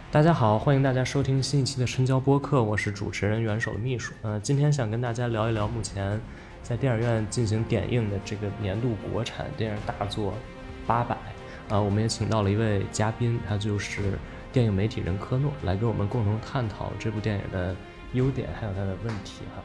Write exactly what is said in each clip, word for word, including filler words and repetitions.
大家好，欢迎大家收听新一期的深交播客，我是主持人元首的秘书。呃，今天想跟大家聊一聊目前在电影院进行点映的这个年度国产电影大作《八佰》。呃，我们也请到了一位嘉宾，他就是电影媒体人科诺，来跟我们共同探讨这部电影的优点还有它的问题哈。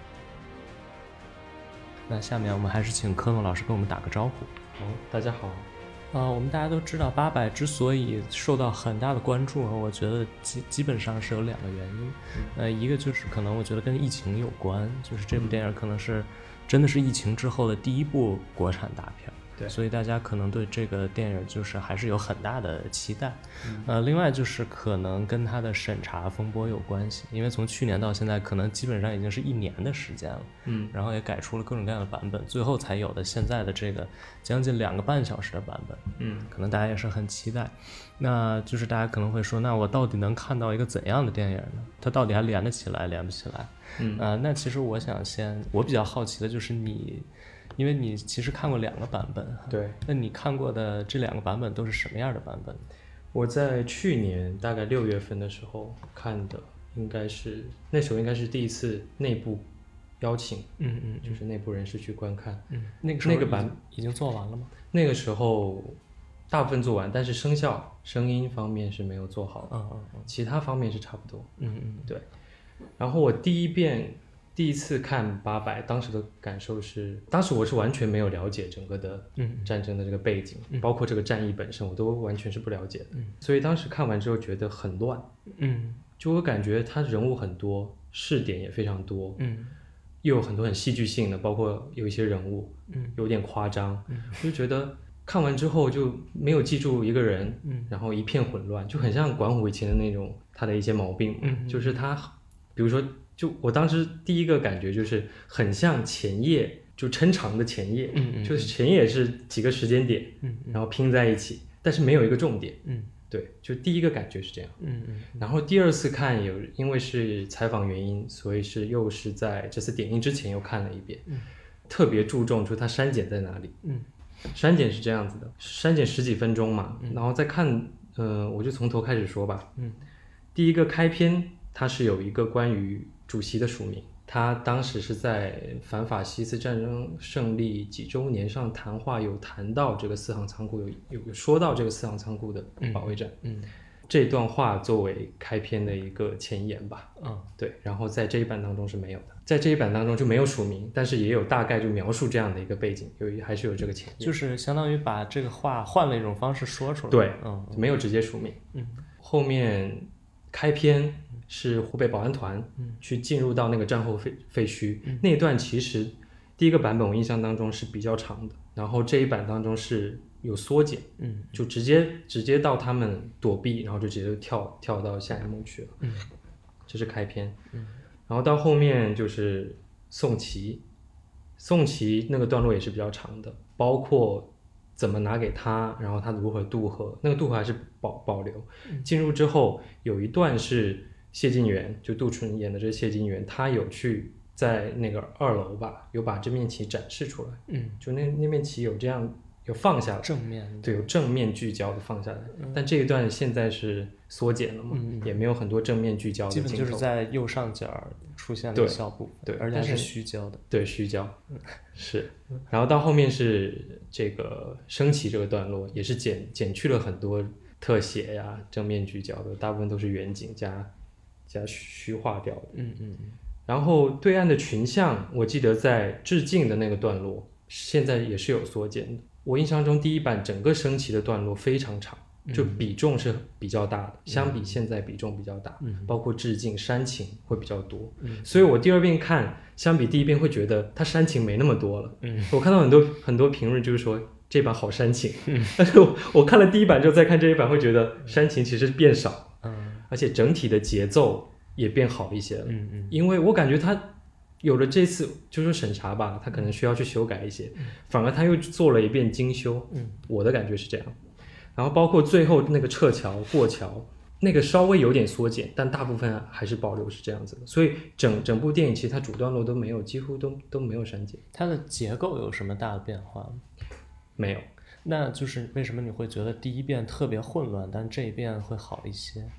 那下面我们还是请科诺老师跟我们打个招呼。 哦，大家好。 呃，我们大家都知道，八佰之所以受到很大的关注，我觉得基基本上是有两个原因。呃，一个就是可能我觉得跟疫情有关，就是这部电影可能是真的是疫情之后的第一部国产大片。 对， 所以大家可能对这个电影就是还是有很大的期待。嗯、呃，另外就是可能跟它的审查风波有关系，因为从去年到现在，可能基本上已经是一年的时间了。嗯，然后也改出了各种各样的版本，最后才有的现在的这个将近两个半小时的版本。嗯，可能大家也是很期待。那就是大家可能会说，那我到底能看到一个怎样的电影呢？它到底还连得起来，连不起来？嗯，呃，那其实我想先，我比较好奇的就是你。因为你其实看过两个版本， 对， 那你看过的这两个版本都是什么样的版本？ 我在去年大概六月份的时候看的，应该是那时候应该是第一次内部邀请，嗯嗯，就是内部人士去观看， 嗯，那个时候那个版已经做完了吗？ 那个时候大部分做完，但是声效、声音方面是没有做好的，嗯嗯嗯，其他方面是差不多，嗯嗯，对。然后我第一遍。第一次看八佰，当时的感受是，当时我是完全没有了解整个的战争的这个背景，嗯、包括这个战役本身，我都完全是不了解的。嗯、所以当时看完之后觉得很乱，嗯，就我感觉他人物很多，视点也非常多，嗯，又有很多很戏剧性的，包括有一些人物，嗯，有点夸张，嗯，就觉得看完之后就没有记住一个人，嗯，然后一片混乱，就很像管虎以前的那种他的一些毛病，嗯，就是他，比如说。就我当时第一个感觉就是很像前夜，就抻长的前夜，嗯嗯，就是前夜是几个时间点，嗯，然后拼在一起，但是没有一个重点，嗯，对，就第一个感觉是这样，嗯嗯，然后第二次看有因为是采访原因，所以是又是在这次点映之前又看了一遍，嗯，特别注重说它删减在哪里，嗯，删减是这样子的，删减十几分钟嘛，嗯、然后再看，呃，我就从头开始说吧，嗯，第一个开篇它是有一个关于主席的署名，他当时是在反法西斯战争胜利几周年上谈话，有谈到这个四行仓库，有有有说到这个四行仓库的保卫战，嗯，嗯这段话作为开篇的一个前言吧，嗯，对，然后在这一版当中是没有的，在这一版当中就没有署名，但是也有大概就描述这样的一个背景，有还是有这个前言， 就是相当于把这个话换了一种方式说出来， 对，嗯，没有直接署名，嗯，后面开篇。是湖北保安团去进入到那个战后废废墟、嗯、那一段，其实第一个版本我印象当中是比较长的，然后这一版当中是有缩减，嗯，就直接直接到他们躲避，然后就直接跳跳到下一幕去了，嗯，这是开篇，嗯，然后到后面就是宋琦，宋琦那个段落也是比较长的，包括怎么拿给他，然后他如何渡河，那个渡河还是保保留，进入之后有一段是。谢晋元就杜淳演的这个谢晋元，他有去在那个二楼吧，有把这面旗展示出来，嗯，就那那面旗有这样有放下来， 正面对，有正面聚焦的放下来，嗯、但这一段现在是缩减了嘛，嗯、也没有很多正面聚焦的镜头， 基本就是在右上角出现的小部分， 对， 而且是虚焦的， 对，虚焦，嗯、是，然后到后面是这个升旗这个段落，也是减减去了很多特写呀、正面聚焦的，大部分都是远景加。加虚化掉的，嗯嗯嗯。然后对岸的群像，我记得在致敬的那个段落，现在也是有缩减的。我印象中第一版整个升旗的段落非常长，就比重是比较大的，嗯、相比现在比重比较大，嗯、包括致敬煽情会比较多。嗯、所以我第二遍看，相比第一遍会觉得它煽情没那么多了。嗯、我看到很多很多评论就是说这版好煽情，嗯、但是我我看了第一版之后再看这一版，会觉得煽情其实变少。嗯而且整体的节奏也变好一些了，嗯嗯，因为我感觉他有了这次就是审查吧，他可能需要去修改一些，嗯、反而他又做了一遍精修，嗯，我的感觉是这样。然后包括最后那个撤桥过桥，那个稍微有点缩减，但大部分还是保留是这样子的。所以整整部电影其实它主段落都没有，几乎都都没有删减。 它的结构有什么大的变化吗？ 没有。 那就是为什么你会觉得第一遍特别混乱，但这一遍会好一些？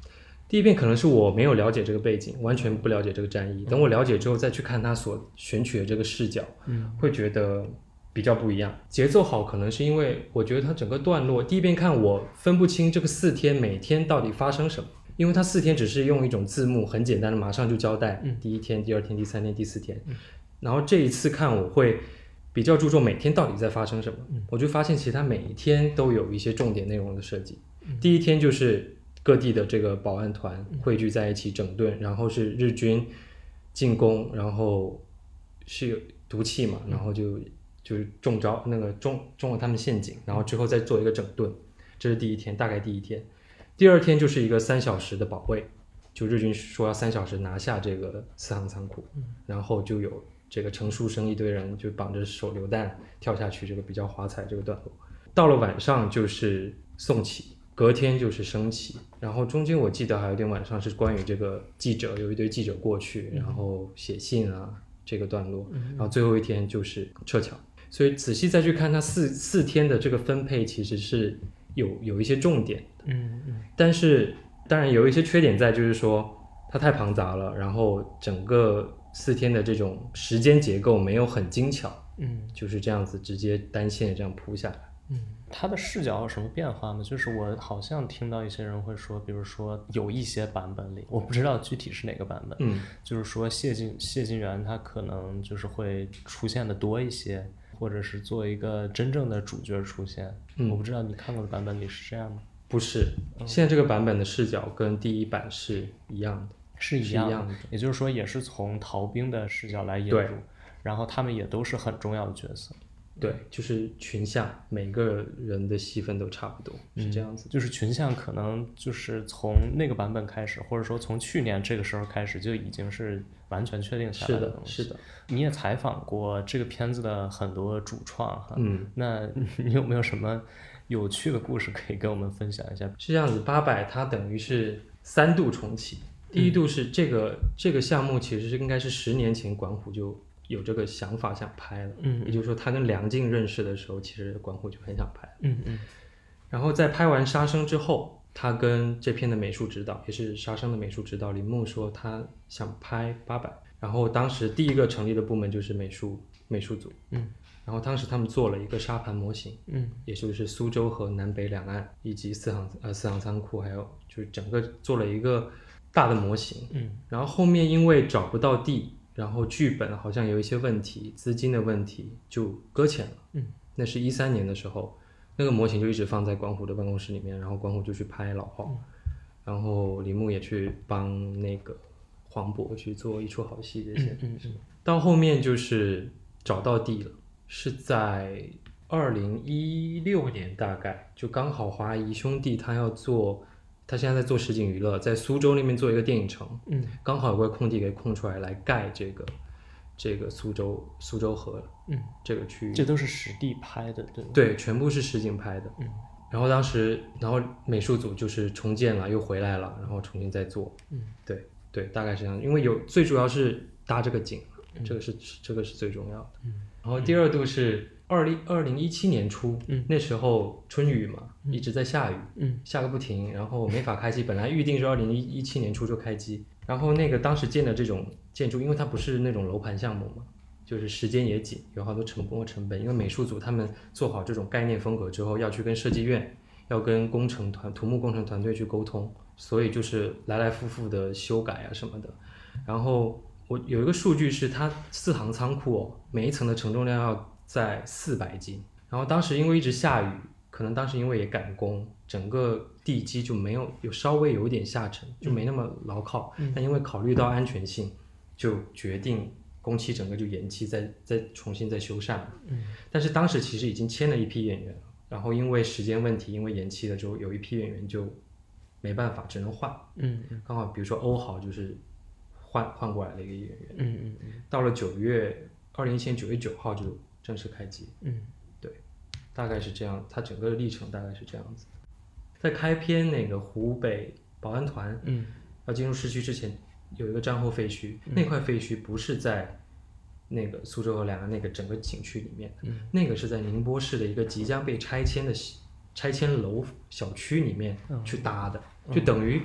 第一遍可能是我没有了解这个背景，完全不了解这个战役，等我了解之后再去看他所选取的这个视角，嗯，会觉得比较不一样。节奏好可能是因为我觉得它整个段落第一遍看我分不清这个四天每天到底发生什么，因为它四天只是用一种字幕很简单的马上就交代，嗯，第一天第二天第三天第四天，嗯，然后这一次看我会比较注重每天到底在发生什么，嗯，我就发现其实它每一天都有一些重点内容的设计，嗯，第一天就是各地的这个保安团汇聚在一起整顿，然后是日军进攻，然后是有毒气嘛，然后就就是中招那个中中了他们陷阱，然后之后再做一个整顿，这是第一天，大概第一天。第二天就是一个三小时的保卫，就日军说要三小时拿下这个四行仓库，然后就有这个陈树生一堆人就绑着手榴弹跳下去，这个比较华彩这个段落。到了晚上就是送旗，隔天就是升旗，然后中间我记得还有点晚上是关于这个记者，有一堆记者过去，然后写信啊这个段落，然后最后一天就是撤侨。所以仔细再去看它四四天的这个分配，其实是有有一些重点的，嗯嗯，但是当然有一些缺点在，就是说它太庞杂了，然后整个四天的这种时间结构没有很精巧，嗯，就是这样子直接单线这样铺下来。 嗯，它的视角有什么变化吗？就是我好像听到一些人会说，比如说有一些版本里，我不知道具体是哪个版本，嗯，就是说谢晋谢晋元他可能就是会出现的多一些，或者是做一个真正的主角出现。嗯，我不知道你看过的版本里是这样吗？ 不是，嗯，现在这个版本的视角跟第一版是一样的， 是一样的，是一样的，也就是说也是从逃兵的视角来引入，然后他们也都是很重要的角色。 对，就是群像，每个人的戏份都差不多，嗯，是这样子。 就是群像可能就是从那个版本开始，或者说从去年这个时候开始就已经是完全确定下来的东西。 是的，是的。 你也采访过这个片子的很多主创哈，嗯，那你有没有什么有趣的故事可以跟我们分享一下？ 是这样子，八佰它等于是三度重启，第一度是这个、嗯、这个项目其实是应该是十年前管虎就有这个想法想拍了，嗯，也就是说他跟梁静认识的时候，其实管虎就很想拍，嗯嗯，然后在拍完《杀生》之后，他跟这片的美术指导，也是《杀生》的美术指导林木说他想拍八佰，然后当时第一个成立的部门就是美术美术组，嗯，然后当时他们做了一个沙盘模型，嗯，也就是苏州和南北两岸以及四行呃四行仓库，还有就是整个做了一个大的模型，嗯，然后后面因为找不到地。然后剧本好像有一些问题，资金的问题就搁浅了。嗯，那是一三年的时候，那个模型就一直放在管虎的办公室里面，然后管虎就去拍老号，嗯，然后李牧也去帮那个黄渤去做一出好戏这些。嗯嗯嗯。到后面就是找到地了，是在二零一六年大概，就刚好华谊兄弟他要做。他现在在做实景娱乐，在苏州那边做一个电影城，嗯，刚好有块空地给空出来，来盖这个这个苏州苏州河，嗯，这个区域， 这都是实地拍的，对吗？ 对，全部是实景拍的，嗯，然后当时，然后美术组就是重建了，又回来了，然后重新再做，嗯，对对，大概是这样，因为有最主要是搭这个景，嗯，这个是这个是最重要的，嗯，然后第二度是。二零二零一七年初，嗯，那时候春雨嘛，嗯，一直在下雨，嗯，下个不停，然后没法开机。本来预定是二零一七年初就开机，然后那个当时建的这种建筑，因为它不是那种楼盘项目嘛，就是时间也紧，有好多成工成本。因为美术组他们做好这种概念风格之后，要去跟设计院，要跟工程团、土木工程团队去沟通，所以就是来来复复的修改啊什么的。然后我有一个数据是，它四行仓库哦，每一层的承重量要在四百斤，然后当时因为一直下雨，可能当时因为也赶工，整个地基就没有有稍微有一点下沉，就没那么牢靠。嗯，但因为考虑到安全性，就决定工期整个就延期，再再重新再修缮。嗯，但是当时其实已经签了一批演员了，然后因为时间问题，因为延期了之后，有一批演员就没办法，只能换。嗯，刚好比如说欧豪就是换换过来的一个演员。嗯嗯嗯，到了九月，二零一七年九月九号就正式开机，嗯，对，大概是这样，它整个历程大概是这样子。在开篇那个湖北保安团，嗯，要进入市区之前，有一个战后废墟，嗯，那块废墟不是在那个苏州河两岸那个整个景区里面，嗯，那个是在宁波市的一个即将被拆迁的拆迁楼小区里面去搭的，嗯，就等于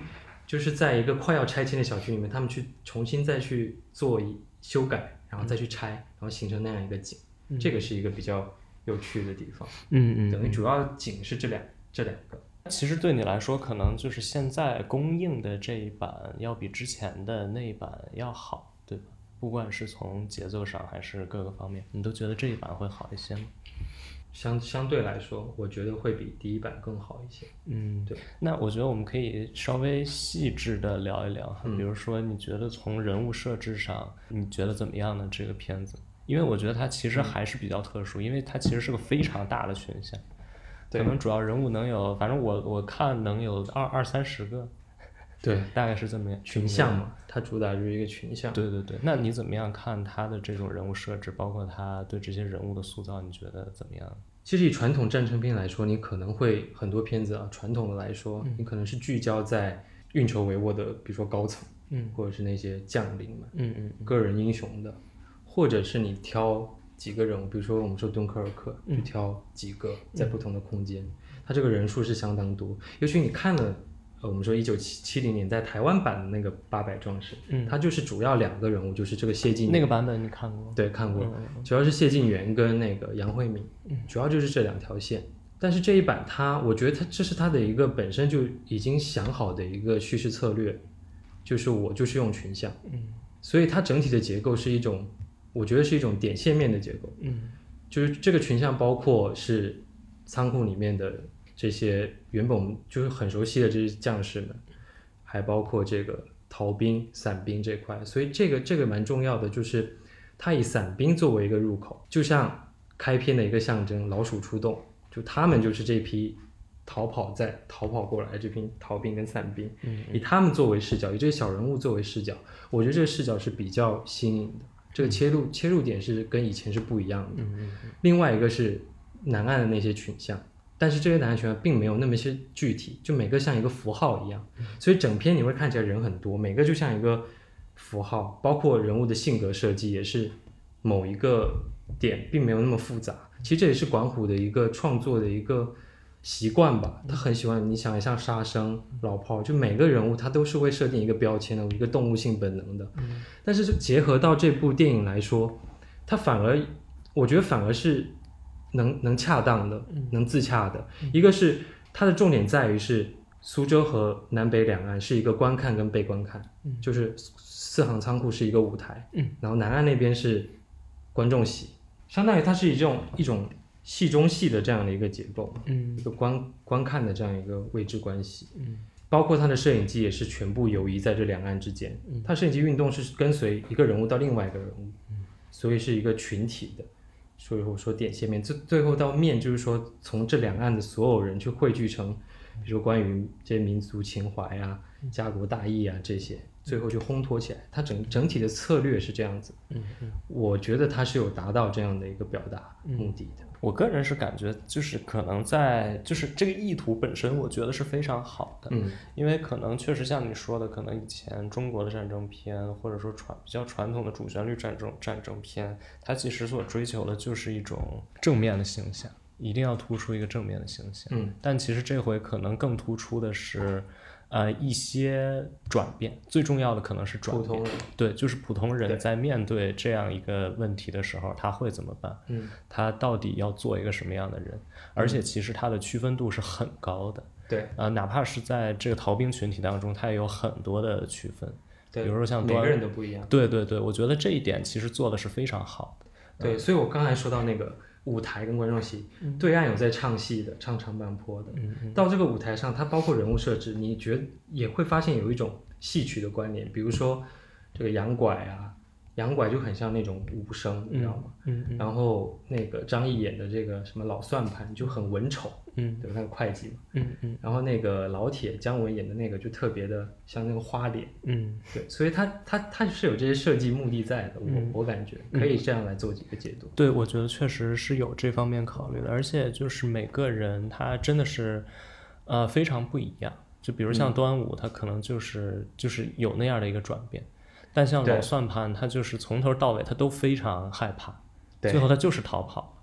就是在一个快要拆迁的小区里面，他们去重新再去做一修改，然后再去拆，然后形成那样一个景，嗯、这个是一个比较有趣的地方。 嗯嗯， 等于主要景是这两这两个。 其实对你来说，可能就是现在公映的这一版要比之前的那一版要好，对吧？不管是从节奏上还是各个方面，你都觉得这一版会好一些吗？ 相相对来说，我觉得会比第一版更好一些。 嗯， 对。 那我觉得我们可以稍微细致的聊一聊哈，嗯、比如说你觉得从人物设置上，你觉得怎么样呢？这个片子，因为我觉得它其实还是比较特殊，嗯、因为它其实是个非常大的群像，可能主要人物能有，反正我我看能有二二三十个。 对， 大概是这么样。 群像嘛，它主打就是一个群像。 对对对，那你怎么样看他的这种人物设置，包括他对这些人物的塑造，你觉得怎么样？ 其实以传统战争片来说，你可能会很多片子啊，传统的来说，嗯、你可能是聚焦在运筹帷幄的，比如说高层，嗯，或者是那些将领们，嗯嗯，个人英雄的，或者是你挑几个人物，比如说我们说敦刻尔克，嗯、就挑几个在不同的空间，嗯、它这个人数是相当多，尤其你看了。呃，我们说一九七零年在台湾版的那个八百壮士，嗯，它就是主要两个人物，就是这个谢晋元。 那个版本你看过？ 对，看过，嗯、主要是谢晋元跟那个杨惠敏，嗯，主要就是这两条线。但是这一版它，我觉得它这是它的一个本身就已经想好的一个叙事策略，就是我就是用群像，嗯，所以它整体的结构是一种，我觉得是一种点线面的结构，嗯，就是这个群像包括是仓库里面的。这些原本我们就是很熟悉的这些将士们，还包括这个逃兵、散兵这块，所以这个这个蛮重要的，就是它以散兵作为一个入口，就像开篇的一个象征，老鼠出动，就他们就是这批逃跑在逃跑过来这批逃兵跟散兵，嗯嗯以他们作为视角，以这些小人物作为视角，我觉得这个视角是比较新颖的，这个切入、嗯、切入点是跟以前是不一样的。嗯嗯另外一个是南岸的那些群像。但是这些南岸群像并没有那么些具体，就每个像一个符号一样，所以整篇你会看起来人很多，每个就像一个符号，包括人物的性格设计也是某一个点，并没有那么复杂。其实这也是管虎的一个创作的一个习惯吧，他很喜欢，你想像沙僧、老炮，就每个人物他都是会设定一个标签的，一个动物性本能的。但是就结合到这部电影来说，他反而，我觉得反而是。能能恰当的，能自洽的，嗯、一个是它的重点在于是苏州和南北两岸是一个观看跟被观看，嗯、就是四行仓库是一个舞台，嗯、然后南岸那边是观众席，相当于它是以这种一种戏中戏的这样的一个结构，嗯、一个观观看的这样一个位置关系，嗯、包括它的摄影机也是全部游移在这两岸之间，嗯、它摄影机运动是跟随一个人物到另外一个人物，嗯、所以是一个群体的。所以我说点线面，最最后到面就是说从这两岸的所有人去汇聚成，比如说关于这些民族情怀啊、家国大义啊这些，最后就烘托起来。它整整体的策略是这样子，嗯嗯，我觉得它是有达到这样的一个表达目的的。 我个人是感觉就是可能在就是这个意图本身，我觉得是非常好的，嗯，因为可能确实像你说的，可能以前中国的战争片或者说传比较传统的主旋律战争战争片，它其实所追求的就是一种正面的形象，一定要突出一个正面的形象，嗯，但其实这回可能更突出的是。呃，一些转变，最重要的可能是转变。 普通人， 对，就是普通人在面对这样一个问题的时候，他会怎么办？嗯，他到底要做一个什么样的人？而且其实他的区分度是很高的。 对， 呃，哪怕是在这个逃兵群体当中，他也有很多的区分。 对， 比如说像端， 每个人都不一样。 对对对，我觉得这一点其实做的是非常好的。 对，嗯、所以我刚才说到那个。舞台跟观众席，嗯、对岸有在唱戏的，唱长坂坡的。嗯嗯、到这个舞台上，它包括人物设置，你觉得也会发现有一种戏曲的关联，比如说这个杨拐啊，杨拐就很像那种武生，你知道吗？嗯嗯、然后那个张译演的这个什么老算盘就很文丑，嗯，对，那个会计嘛。嗯嗯、然后那个老铁姜文演的那个就特别的像那个花脸。嗯，对，所以他他他是有这些设计目的在的，嗯、我我感觉可以这样来做几个解读。 对，我觉得确实是有这方面考虑的，而且就是每个人他真的是呃非常不一样，就比如像端午，他可能就是就是有那样的一个转变。但像老算盘，他就是从头到尾他都非常害怕，最后他就是逃跑，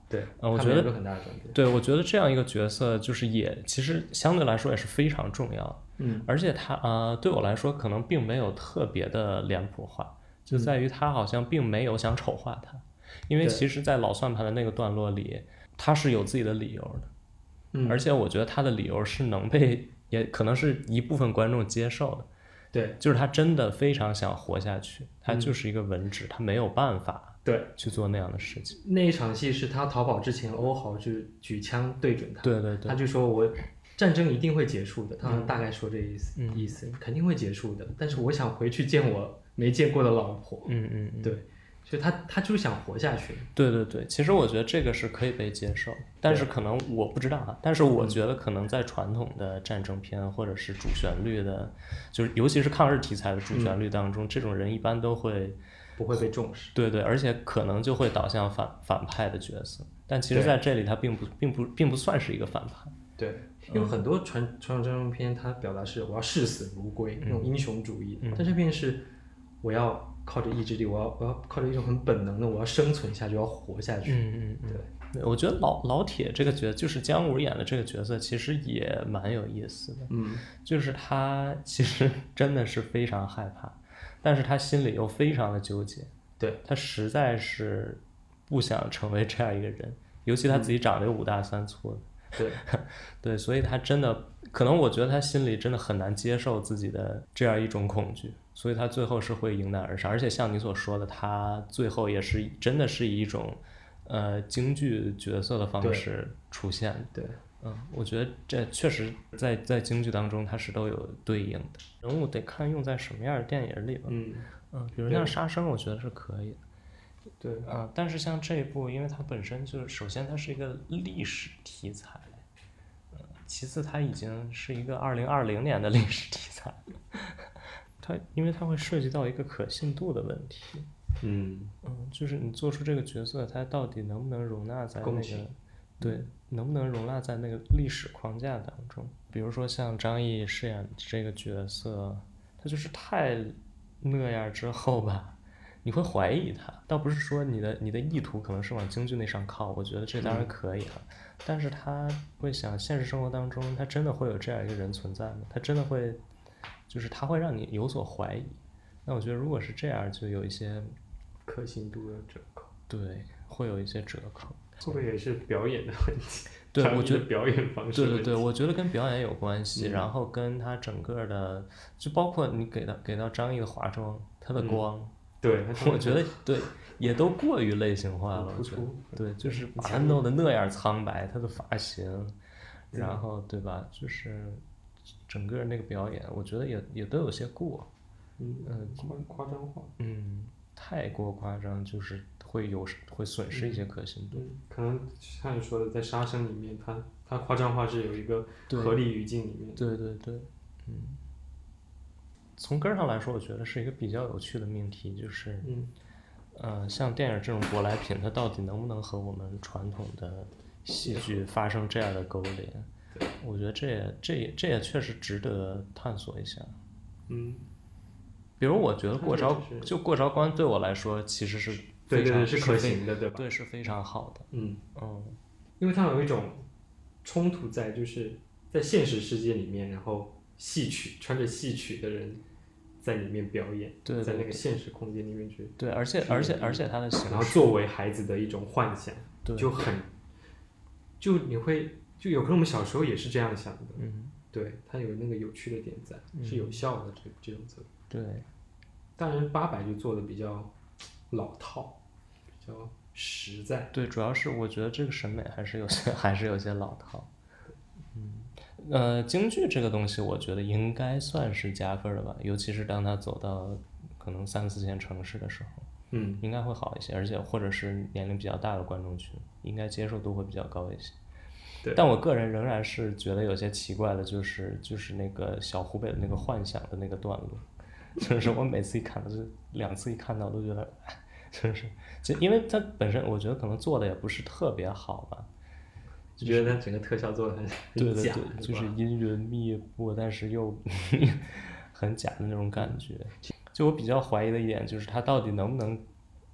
对， 呃，我觉得有个很大的转变。 对，我觉得这样一个角色就是也其实相对来说也是非常重要。 嗯， 而且他呃对我来说可能并没有特别的脸谱化，就在于他好像并没有想丑化他，因为其实在老算盘的那个段落里，他是有自己的理由的。 嗯， 而且我觉得他的理由是能被，也可能是一部分观众接受的。 对， 就是他真的非常想活下去，他就是一个文职，嗯、他没有办法对去做那样的事情。 那一场戏是他逃跑之前，欧豪就举枪对准他， 对对对， 他就说我战争一定会结束的，他大概说这意思， 嗯、 意思肯定会结束的，但是我想回去见我没见过的老婆。 嗯嗯嗯， 对。所以他他就是想活下去。 对对对，其实我觉得这个是可以被接受，但是可能我不知道啊，但是我觉得可能在传统的战争片或者是主旋律的，就是尤其是抗日题材的主旋律当中，嗯、这种人一般都会不会被重视。 对对，而且可能就会导向反反派的角色，但其实在这里他并不并不并不算是一个反派。 对，因为很多传传统战争片，它表达是我要视死如归，那种英雄主义， 嗯、 但这边是我要。靠着意志力，我要我要靠着一种很本能的，我要生存下去，要活下去。 嗯嗯嗯，对，我觉得老老铁这个角色，就是姜武演的这个角色，其实也蛮有意思的。 嗯， 就是他其实真的是非常害怕，但是他心里又非常的纠结。 对， 他实在是不想成为这样一个人，尤其他自己长得又五大三粗的。 对， 对，所以他真的可能，我觉得他心里真的很难接受自己的这样一种恐惧。所以他最后是会迎难而上，而且像你所说的，他最后也是真的是以一种，呃，京剧角色的方式出现的。 对， 嗯，我觉得这确实在在京剧当中它是都有对应的。人物得看用在什么样的电影里吧。 嗯嗯，比如像《杀生》，我觉得是可以的。 对啊、嗯，但是像这一部，因为它本身就是首先它是一个历史题材，嗯，其次它已经是一个二零二零年的历史题材。它因为它会涉及到一个可信度的问题， 嗯嗯，就是你做出这个角色，它到底能不能容纳在那个，对，能不能容纳在那个历史框架当中？比如说像张译饰演这个角色，他就是太那样之后吧，你会怀疑他。倒不是说你的你的意图可能是往京剧那上靠，我觉得这当然可以了，嗯、但是他会想，现实生活当中，他真的会有这样一个人存在吗？他真的会？就是它会让你有所怀疑，那我觉得如果是这样，就有一些可信度的折扣。 对，会有一些折扣。 会不会也是表演的问题？ 对，我觉得表演方式。 对对对，我觉得跟表演有关系，嗯、然后跟他整个的，就包括你给到给到张译的化妆，他的光， 嗯、对， 我觉得对，也都过于类型化了。我觉得对，就是把他弄得那样苍白，他的发型，然后对吧？就是。整个那个表演，我觉得也也都有些过， 嗯嗯，夸夸张化， 嗯，太过夸张，就是会有会损失一些可信度。 嗯，可能像你说的，在杀生里面，它它夸张化是有一个合理语境里面。 对对对，嗯，从根上来说，我觉得是一个比较有趣的命题，就是， 嗯， 呃，像电影这种舶来品，它到底能不能和我们传统的戏剧发生这样的勾连？我觉得这也这也这也确实值得探索一下。 嗯， 比如我觉得过招就过招关对我来说其实是非常是可行的，对吧？ 对，是非常好的。 嗯嗯， 因为它有一种冲突在，就是在现实世界里面，然后戏曲穿着戏曲的人在里面表演， 对， 在那个现实空间里面去。 对，而且而且而且它的形式， 然后作为孩子的一种幻想，就很就你会。就有可能我们小时候也是这样想的， 嗯， 对，它有那个有趣的点在，嗯、是有效的这这种策略。 对， 当然八佰就做的比较老套，比较实在。 对，主要是我觉得这个审美还是有些还是有些老套。嗯，呃，京剧这个东西，我觉得应该算是加分的吧，尤其是当它走到可能三四线城市的时候， 嗯， 应该会好一些，而且或者是年龄比较大的观众群，应该接受度会比较高一些。但我个人仍然是觉得有些奇怪的，就是就是那个小湖北的那个幻想的那个段落，就是我每次一看到，就两次一看到都觉得，真是，就因为它本身我觉得可能做的也不是特别好吧， 就觉得它整个特效做的很对对对，就是阴云密布，但是又很假的那种感觉。就我比较怀疑的一点就是它到底能不能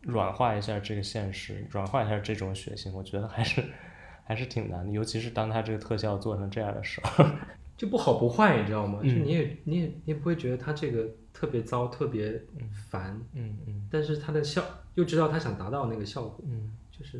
软化一下这个现实，软化一下这种血腥，我觉得还是还是挺难的，尤其是当他这个特效做成这样的时候。 就不好不坏，你知道吗？嗯、就你也你也你也不会觉得他这个特别糟特别烦， 嗯嗯， 但是他的效又知道他想达到那个效果， 嗯， 就是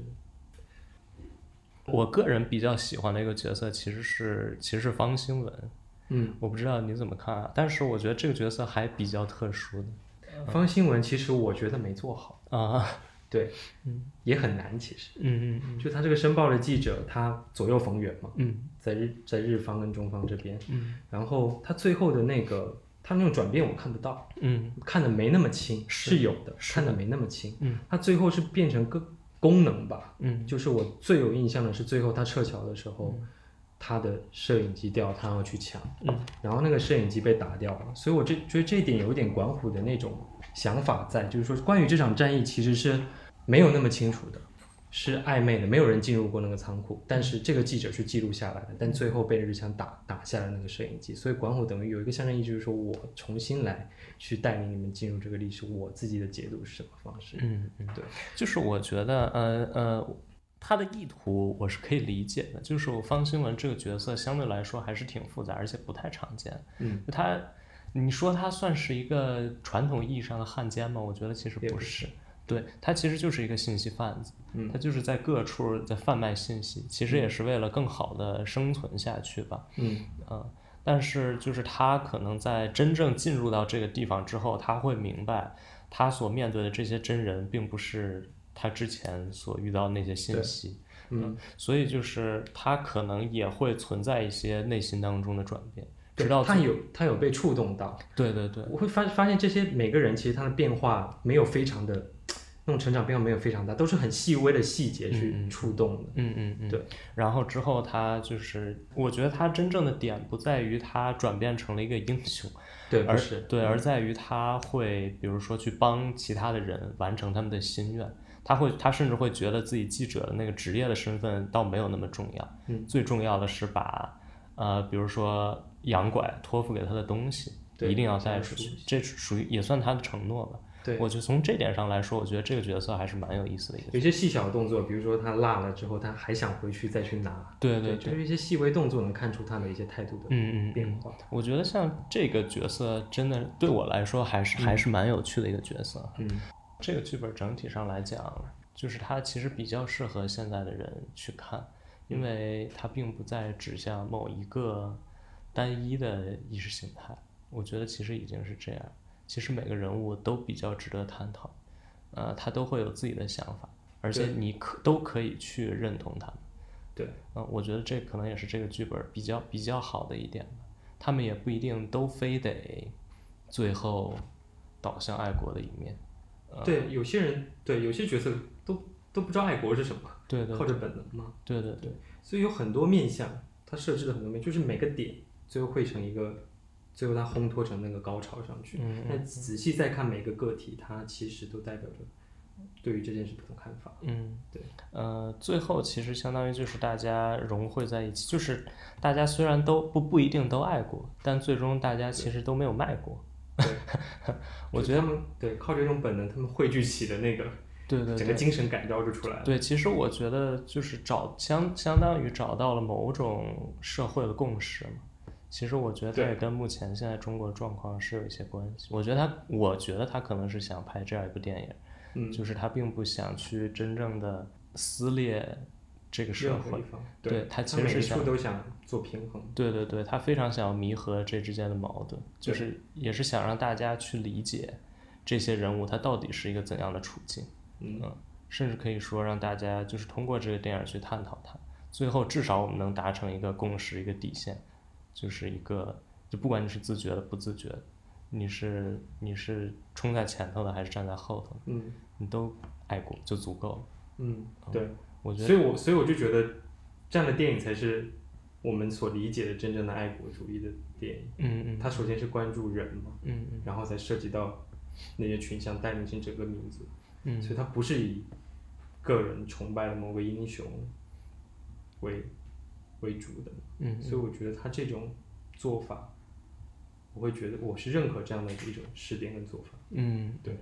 我个人比较喜欢的一个角色其实是其实是方兴文， 嗯， 我不知道你怎么看啊，但是我觉得这个角色还比较特殊的。 方兴文其实我觉得没做好啊， 对， 嗯， 也很难其实， 嗯嗯嗯， 就他这个申报的记者，他左右逢源嘛， 嗯， 在日在日方跟中方这边， 嗯， 然后他最后的那个他那种转变我看不到， 嗯， 看的没那么清， 是是有的， 是看的没那么清， 嗯， 他最后是变成个功能吧， 嗯， 就是我最有印象的是最后他撤侨的时候。嗯，他的摄影机掉，他要去抢， 嗯， 然后那个摄影机被打掉了，所以我这觉得这一点有一点管虎的那种想法在，就是说关于这场战役其实是没有那么清楚的，是暧昧的，没有人进入过那个仓库，但是这个记者是记录下来的，但最后被日枪打打下了那个摄影机，所以管虎等于有一个象征意义，就是说我重新来去带领你们进入这个历史，我自己的解读是什么方式？ 嗯嗯， 对， 就是我觉得呃呃。他的意图我是可以理解的，就是我方兴文这个角色相对来说还是挺复杂，而且不太常见。 嗯， 他，你说他算是一个传统意义上的汉奸吗？我觉得其实不是。 对，他其实就是一个信息贩子， 嗯， 他就是在各处在贩卖信息，其实也是为了更好的生存下去吧。 嗯呃，但是就是他可能在真正进入到这个地方之后，他会明白他所面对的这些真人并不是他之前所遇到的那些信息， 嗯， 所以就是他可能也会存在一些内心当中的转变，直到他有他有被触动到， 对对对， 我会发发现这些每个人其实他的变化没有非常的那种成长变化没有非常大，都是很细微的细节去触动的， 嗯嗯嗯， 对。 然后之后他就是，我觉得他真正的点不在于他转变成了一个英雄。 对， 而是对，而在于他会，比如说去帮其他的人完成他们的心愿，他会，他甚至会觉得自己记者的那个职业的身份倒没有那么重要， 嗯， 最重要的是把，呃，比如说洋拐托付给他的东西一定要带出去，这属于也算他的承诺吧。 对， 我就从这点上来说，我觉得这个角色还是蛮有意思的一个。 有些细小的动作，比如说他落了之后，他还想回去再去拿。 对对对，就是一些细微动作能看出他的一些态度的嗯嗯变化。 嗯，我觉得像这个角色真的对我来说还是、嗯、还是蛮有趣的一个角色。 嗯， 这个剧本整体上来讲，就是它其实比较适合现在的人去看，因为它并不再指向某一个单一的意识形态。我觉得其实已经是这样。其实每个人物都比较值得探讨，呃，他都会有自己的想法，而且你可都可以去认同他们。 对， 嗯、呃，我觉得这可能也是这个剧本比较比较好的一点吧。他们也不一定都非得最后导向爱国的一面。呃、 对，有些人对有些角色都都不知道爱国是什么， 对 对, 对， 靠着本能嘛。 对对对， 所以有很多面向，他设置了很多面，就是每个点最后汇成一个。最后它烘托成那个高潮上去， 嗯， 但仔细再看每个个体，它其实都代表着对于这件事不同看法。 嗯， 对， 呃，最后其实相当于就是大家融汇在一起，就是大家虽然都不不一定都爱过，但最终大家其实都没有卖过。 对， 我觉得他们对靠这种本能，他们汇聚起的那个， 对对对， 整个精神感召就出来了。 对，其实我觉得就是找相相当于找到了某种社会的共识嘛。其实我觉得它也跟目前现在中国的状况是有一些关系。我觉得他，我觉得他可能是想拍这样一部电影， 嗯， 就是他并不想去真正的撕裂这个社会， 对, 对他其实是想每一处都想做平衡。 对对对，他非常想要弥合这之间的矛盾，就是也是想让大家去理解这些人物他到底是一个怎样的处境， 嗯， 嗯，甚至可以说让大家就是通过这个电影去探讨它，最后至少我们能达成一个共识，一个底线。就是一个，就不管你是自觉的不自觉的，你是你是冲在前头的还是站在后头的， 嗯， 你都爱过就足够了。 嗯，对， 我觉得， 所以我所以我就觉得这样的电影才是我们所理解的真正的爱国主义的电影。 嗯嗯， 它首先是关注人嘛， 嗯嗯， 然后才涉及到那些群像带领进整个民族， 嗯， 所以它不是以个人崇拜的某个英雄为。为主的， 嗯， 所以我觉得他这种做法，我会觉得我是认可这样的一种视点跟做法。 嗯， 对。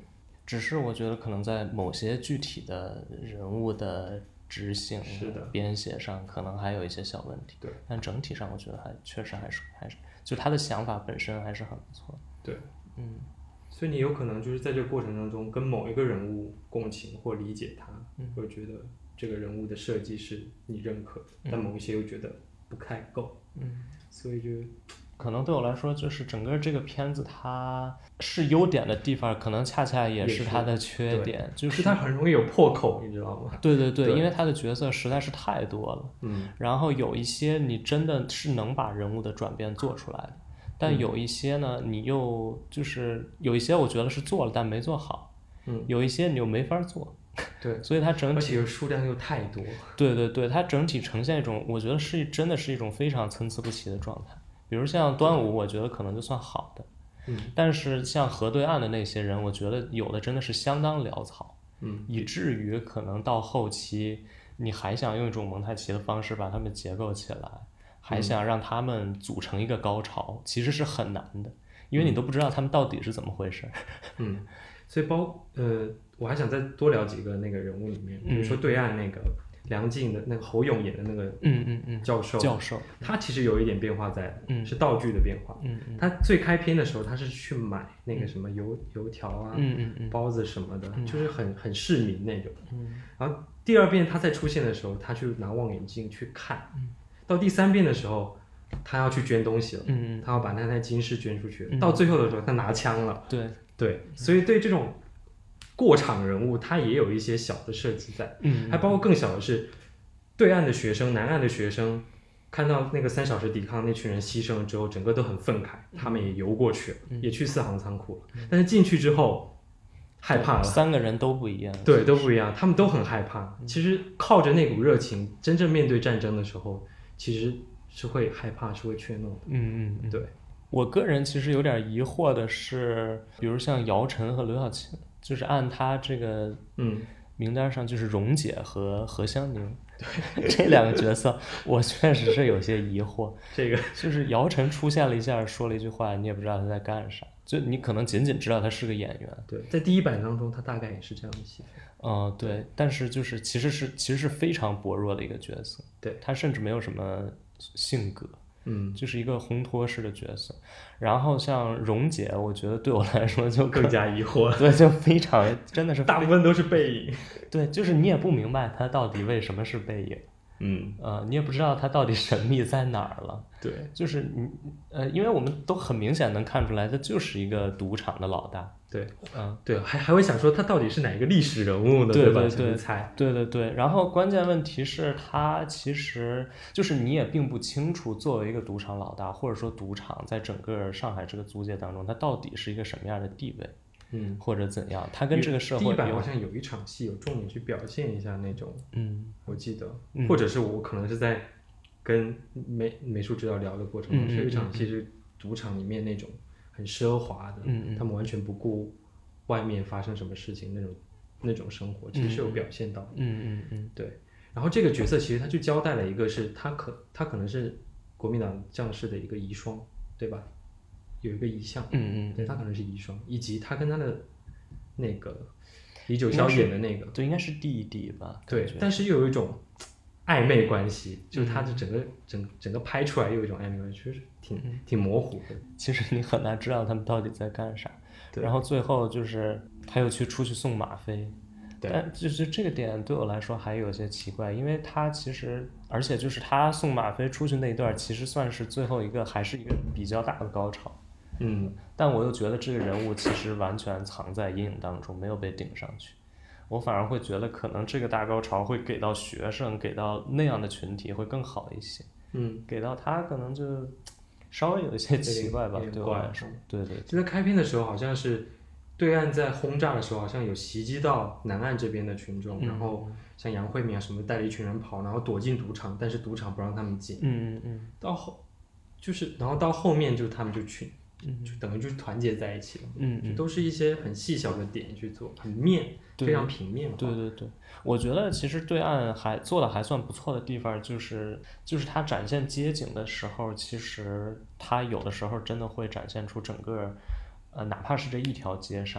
只是我觉得可能在某些具体的人物的执行、编写上，可能还有一些小问题。 对， 但整体上我觉得还确实还是还是，就他的想法本身还是很不错。 对， 嗯， 所以你有可能就是在这个过程当中跟某一个人物共情或理解他， 嗯、 会觉得这个人物的设计是你认可的，嗯、但某一些又觉得不太够。 嗯， 所以就。 可能对我来说，就是整个这个片子它是优点的地方，可能恰恰也是它的缺点，就是它很容易有破口，你知道吗？ 对对 对, 对，因为它的角色实在是太多了， 嗯， 然后有一些你真的是能把人物的转变做出来的，但有一些呢，你又就是有一些我觉得是做了但没做好， 嗯， 有一些你又没法做， 对， 所以它整体而且数量又太多， 对对对，它整体呈现一种，我觉得是真的是一种非常参差不齐的状态。比如像端午，我觉得可能就算好的， 嗯， 但是像河对岸的那些人，我觉得有的真的是相当潦草， 嗯， 以至于可能到后期，你还想用一种蒙太奇的方式把他们结构起来，还想让他们组成一个高潮，嗯、其实是很难的，因为你都不知道他们到底是怎么回事。 嗯，所以包呃，我还想再多聊几个那个人物里面，比如说对岸那个。嗯梁静的那个侯勇演的那个嗯嗯嗯教授， 教授， 他其实有一点变化在的， 嗯， 是道具的变化。 嗯嗯， 他最开篇的时候，他是去买那个什么油、嗯、油条啊， 嗯嗯嗯， 包子什么的， 嗯、 就是很很市民那种。 嗯， 然后第二遍他再出现的时候，他去拿望远镜去看。 嗯， 到第三遍的时候，他要去捐东西了。 嗯嗯， 他要把那台金饰捐出去。 嗯、 到最后的时候，他拿枪了。 对对，所以对这种过场人物，他也有一些小的设计在。 嗯， 还包括更小的是。对岸的学生，南岸的学生，看到那个三小时抵抗那群人牺牲了之后，整个都很愤慨，他们也游过去了， 嗯、 也去四行仓库了。嗯、但是进去之后，害怕了。 三个人都不一样。 对，都不一样，他们都很害怕。嗯、其实靠着那股热情，真正面对战争的时候，其实是会害怕，是会怯懦的。 嗯嗯， 对。 我个人其实有点疑惑的是，比如像姚晨和刘晓庆，就是按他这个嗯名单上，就是蓉姐和何香凝。这两个角色，我确实是有些疑惑。 这个就是姚晨出现了一下，说了一句话，你也不知道他在干啥，就你可能仅仅知道他是个演员。 对，在第一版当中，他大概也是这样的戏份。 嗯、呃，对，但是就是其实是其实是非常薄弱的一个角色。 对， 他甚至没有什么性格。 嗯， 就是一个烘托式的角色。然后像蓉姐，我觉得对我来说就更加疑惑， 对，就非常真的是大部分都是背影。 对，就是你也不明白她到底为什么是背影。 嗯， 呃，你也不知道她到底神秘在哪儿了。 对， 就是你呃，因为我们都很明显能看出来，他就是一个赌场的老大。 对， 嗯， 对，还还会想说他到底是哪个历史人物呢？ 对吧？ 对对， 猜。 对对对。然后关键问题是，他其实就是你也并不清楚，作为一个赌场老大，或者说赌场在整个上海这个租界当中，他到底是一个什么样的地位？ 嗯， 或者怎样？他跟这个社会第一版好像有一场戏有重点去表现一下那种， 嗯， 我记得， 嗯、 或者是我可能是在跟美美术指导聊的过程中， 嗯、 有一场戏是赌场里面那种很奢华的， 嗯、 他们完全不顾外面发生什么事情那种那种生活，其实是有表现到的。 嗯嗯嗯， 对。然后这个角色其实他就交代了一个是他可他可能是国民党将士的一个遗孀，对吧？有一个遗像， 嗯嗯， 对，他可能是遗孀，以及他跟他的那个李九霄演的那个， 对，应该是弟弟吧？ 对，但是又有一种暧昧关系，就是他的整个、嗯、整整个拍出来又有一种暧昧关系，就是挺、嗯、挺模糊的。 其实你很难知道他们到底在干啥。 对， 然后最后就是他又去出去送吗啡。 对， 但就是这个点对我来说还有些奇怪，因为他其实，而且就是他送吗啡出去那一段，其实算是最后一个，还是一个比较大的高潮。 嗯， 但我又觉得这个人物其实完全藏在阴影当中，没有被顶上去。我反而会觉得，可能这个大高潮会给到学生，给到那样的群体会更好一些。 嗯， 给到他可能就稍微有一些奇怪吧，对我来说。对对。 就在开篇的时候，好像是对岸在轰炸的时候，好像有袭击到南岸这边的群众， 嗯、 然后像杨慧敏啊什么带了一群人跑，然后躲进赌场，但是赌场不让他们进。 嗯嗯嗯。 到后就是，然后到后面就他们就去。 嗯， 就等于就是团结在一起了， 嗯嗯， 就都是一些很细小的点去做，很面，非常平面化。 对对对，我觉得其实对岸还做的还算不错的地方，就是就是它展现街景的时候，其实它有的时候真的会展现出整个，呃，哪怕是这一条街上，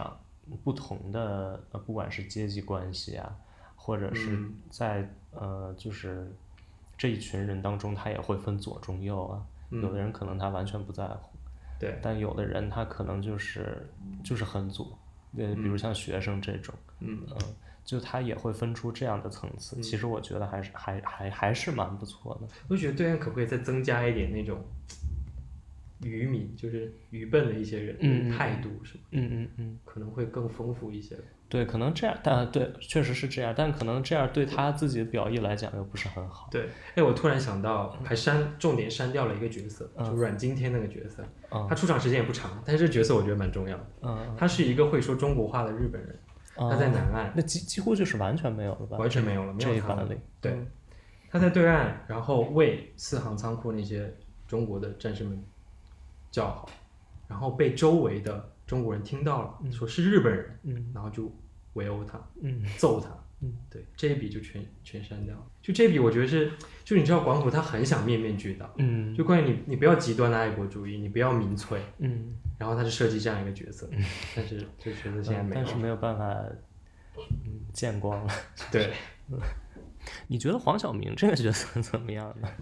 不同的呃，不管是阶级关系啊，或者是在、嗯、呃，就是这一群人当中，他也会分左中右啊。嗯、有的人可能他完全不在乎， 对， 但有的人他可能就是就是很左，呃，比如像学生这种， 嗯嗯、呃，就他也会分出这样的层次。嗯、其实我觉得还是还还还是蛮不错的。 我觉得对岸可不可以再增加一点那种愚民，就是愚笨的一些人的态度，是吧？ 嗯嗯嗯， 可能会更丰富一些。 对，可能这样，但对，确实是这样，但可能这样对他自己的表意来讲又不是很好。 对，哎，我突然想到，还删重点删掉了一个角色，嗯、就阮经天那个角色，嗯、他出场时间也不长，但是这角色我觉得蛮重要的。嗯，他是一个会说中国话的日本人，嗯、他在南岸， 那几几乎就是完全没有了吧？ 完全没有了，没有这一版里。 对，嗯、他在对岸，然后为四行仓库那些中国的战士们叫好，然后被周围的中国人听到了，嗯、说是日本人，嗯、然后就围殴他，嗯、揍他，嗯、对，这一笔就全全删掉了。就这一笔，我觉得是，就你知道广普他很想面面俱到，嗯、就关于你，你不要极端的爱国主义，你不要民粹，嗯、然后他就设计这样一个角色，嗯、但是这个角色现在没有， 但是没有办法，嗯，见光了。 对， 你觉得黄晓明这个角色怎么样呢？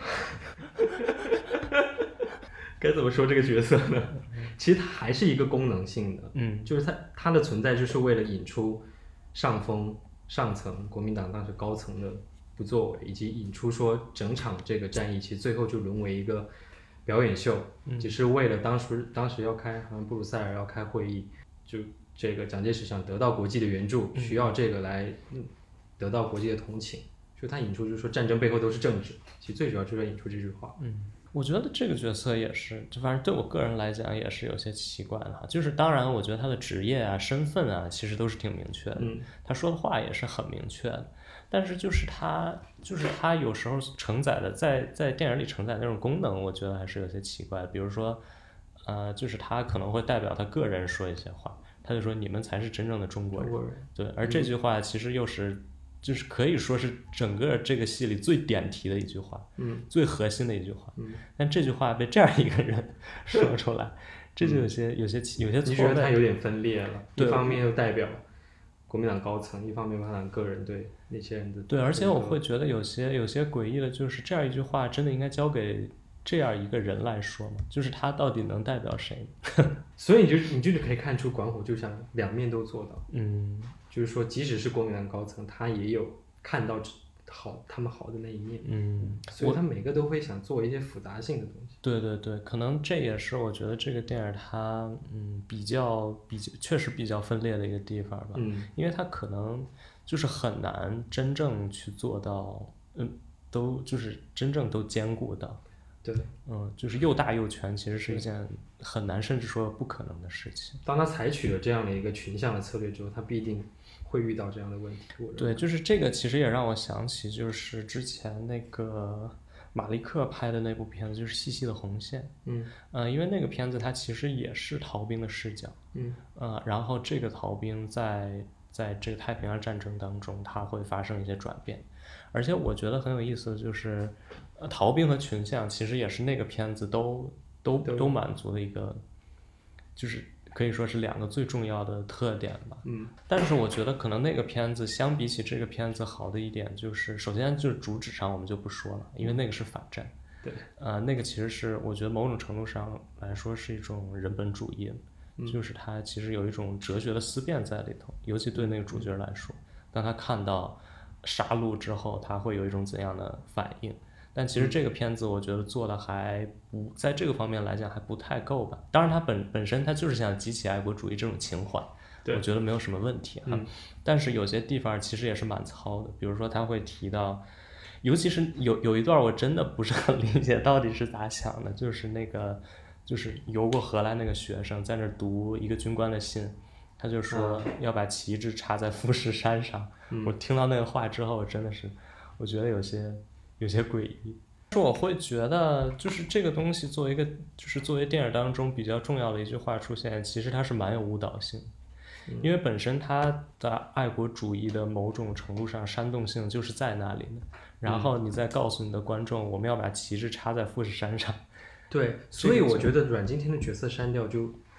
该怎么说这个角色呢？其实它还是一个功能性的，嗯，就是它它的存在就是为了引出上峰上层国民党当时高层的不作为，以及引出说整场这个战役其实最后就沦为一个表演秀，嗯、只是为了当时当时要开，好像布鲁塞尔要开会议，就这个蒋介石想得到国际的援助，嗯、需要这个来得到国际的同情，就他引出就是说战争背后都是政治，其实最主要就是引出这句话， 嗯。我觉得这个角色也是，就反正对我个人来讲也是有些奇怪的哈。就是当然，我觉得他的职业啊、身份啊，其实都是挺明确的。嗯，他说的话也是很明确的。但是就是他，就是他有时候承载的，在在电影里承载的那种功能，我觉得还是有些奇怪。比如说，呃，就是他可能会代表他个人说一些话，他就说你们才是真正的中国人。 中国人。 对，而这句话其实又是。就是可以说是整个这个戏里最点题的一句话，嗯，最核心的一句话，嗯，但这句话被这样一个人说出来，这就有些有些有些错位。 你觉得他有点分裂了，一方面又代表国民党高层，一方面他个人对那些人的对，而且我会觉得有些有些诡异的，就是这样一句话真的应该交给这样一个人来说吗？就是他到底能代表谁？ 所以你就你就可以看出管虎就想两面都做到，嗯。就是说，即使是国民党高层，他也有看到好他们好的那一面，嗯，所以他每个都会想做一些复杂性的东西。 对对对，可能这也是我觉得这个电影它嗯比较比较确实比较分裂的一个地方吧，嗯，因为它可能就是很难真正去做到，嗯，都就是真正都兼顾到。 对， 嗯，就是又大又全，其实是一件很难甚至说不可能的事情。 当他采取了这样的一个群像的策略之后，他必定会遇到这样的问题。 对，就是这个其实也让我想起，就是之前那个马利克拍的那部片子，就是《细细的红线》。嗯，呃，因为那个片子它其实也是逃兵的视角。嗯，呃，然后这个逃兵在在这个太平洋战争当中，它会发生一些转变。而且我觉得很有意思的就是，呃，逃兵和群像其实也是那个片子都都都满足的一个，就是可以说是两个最重要的特点吧。嗯。但是我觉得可能那个片子相比起这个片子好的一点就是，首先就是主旨上我们就不说了，因为那个是反战。 对。 呃，那个其实是我觉得某种程度上来说是一种人本主义，嗯、就是它其实有一种哲学的思辨在里头，尤其对那个主角来说，当他看到杀戮之后他会有一种怎样的反应，但其实这个片子我觉得做的还不在这个方面来讲还不太够吧。当然它本本身它就是想激起爱国主义这种情怀，我觉得没有什么问题哈、嗯。但是有些地方其实也是蛮糙的，比如说他会提到，尤其是有有一段我真的不是很理解到底是咋想的，就是那个就是游过荷兰那个学生在那读一个军官的信，他就说要把旗帜插在富士山上、嗯、我听到那个话之后真的是我觉得有些有些诡异。是我会觉得就是这个东西作为一个就是作为电影当中比较重要的一句话出现，其实它是蛮有误导性，因为本身它的爱国主义的某种程度上煽动性就是在那里的，然后你再告诉你的观众我们要把旗帜插在富士山上。 对，所以我觉得阮经天的角色删掉就